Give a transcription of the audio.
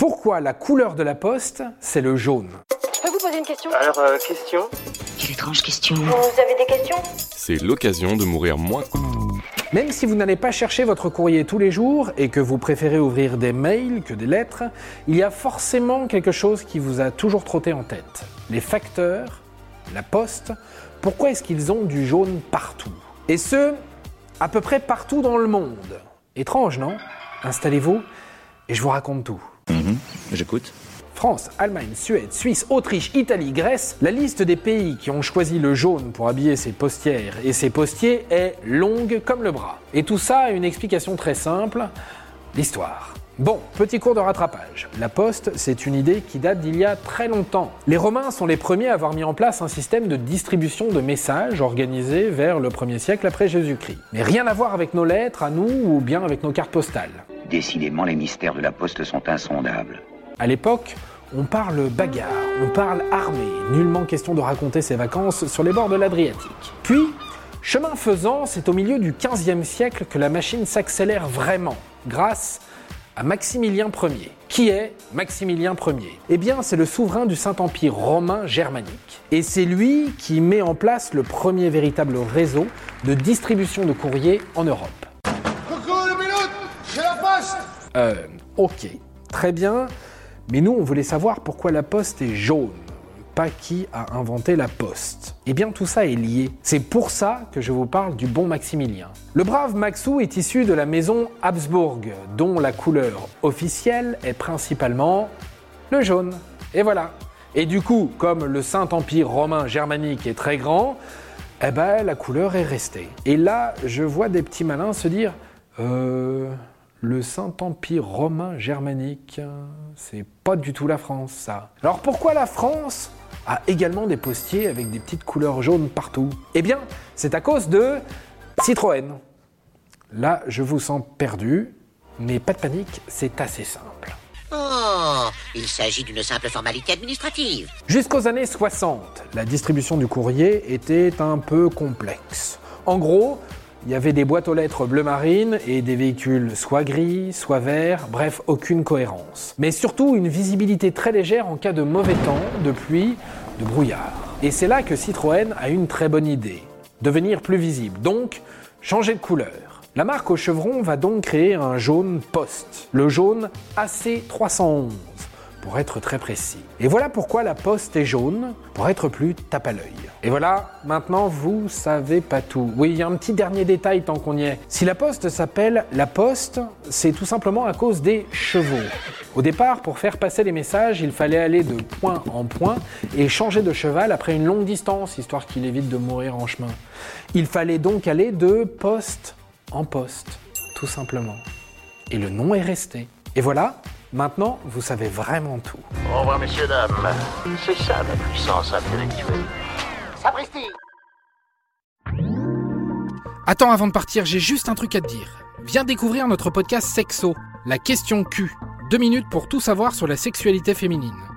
Pourquoi la couleur de la poste, c'est le jaune? Je peux vous poser une question? Alors, question? Quelle étrange question. Vous avez des questions? C'est l'occasion de mourir moins. Même si vous n'allez pas chercher votre courrier tous les jours et que vous préférez ouvrir des mails que des lettres, il y a forcément quelque chose qui vous a toujours trotté en tête. Les facteurs, la poste, pourquoi est-ce qu'ils ont du jaune partout? Et ce, à peu près partout dans le monde. Étrange, non? Installez-vous et je vous raconte tout. J'écoute. France, Allemagne, Suède, Suisse, Autriche, Italie, Grèce, la liste des pays qui ont choisi le jaune pour habiller ses postières et ses postiers est longue comme le bras. Et tout ça a une explication très simple, l'histoire. Bon, petit cours de rattrapage. La poste, c'est une idée qui date d'il y a très longtemps. Les Romains sont les premiers à avoir mis en place un système de distribution de messages organisé vers le 1er siècle après Jésus-Christ. Mais rien à voir avec nos lettres, à nous, ou bien avec nos cartes postales. Décidément, les mystères de la poste sont insondables. À l'époque, on parle bagarre, on parle armée, nullement question de raconter ses vacances sur les bords de l'Adriatique. Puis, chemin faisant, c'est au milieu du XVe siècle que la machine s'accélère vraiment, grâce à Maximilien Ier. Qui est Maximilien Ier? Eh bien, c'est le souverain du Saint-Empire romain germanique. Et c'est lui qui met en place le premier véritable réseau de distribution de courrier en Europe. Coucou, 2 minutes, j'ai la poste! Ok, très bien. Mais nous, on voulait savoir pourquoi la poste est jaune, pas qui a inventé la poste. Eh bien, tout ça est lié. C'est pour ça que je vous parle du bon Maximilien. Le brave Maxou est issu de la maison Habsbourg, dont la couleur officielle est principalement le jaune. Et voilà. Et du coup, comme le Saint-Empire romain germanique est très grand, eh ben, la couleur est restée. Et là, je vois des petits malins se dire... Le Saint-Empire romain germanique, c'est pas du tout la France, ça. Alors pourquoi la France a également des postiers avec des petites couleurs jaunes partout? Eh bien, c'est à cause de Citroën. Là, je vous sens perdu, mais pas de panique, c'est assez simple. Oh, il s'agit d'une simple formalité administrative. Jusqu'aux années 60, la distribution du courrier était un peu complexe. En gros, il y avait des boîtes aux lettres bleu marine et des véhicules soit gris, soit verts, bref, aucune cohérence. Mais surtout une visibilité très légère en cas de mauvais temps, de pluie, de brouillard. Et c'est là que Citroën a une très bonne idée, devenir plus visible, donc changer de couleur. La marque au chevron va donc créer un jaune poste, le jaune AC311, pour être très précis. Et voilà pourquoi la poste est jaune, pour être plus tape à l'œil. Et voilà, maintenant vous savez pas tout. Oui, il y a un petit dernier détail tant qu'on y est. Si la poste s'appelle la poste, c'est tout simplement à cause des chevaux. Au départ, pour faire passer les messages, il fallait aller de point en point et changer de cheval après une longue distance, histoire qu'il évite de mourir en chemin. Il fallait donc aller de poste en poste, tout simplement. Et le nom est resté. Et voilà, maintenant, vous savez vraiment tout. Au revoir, messieurs, dames. C'est ça, la puissance intellectuelle. Sapristi! Attends, avant de partir, j'ai juste un truc à te dire. Viens découvrir notre podcast Sexo, la question Q. 2 minutes pour tout savoir sur la sexualité féminine.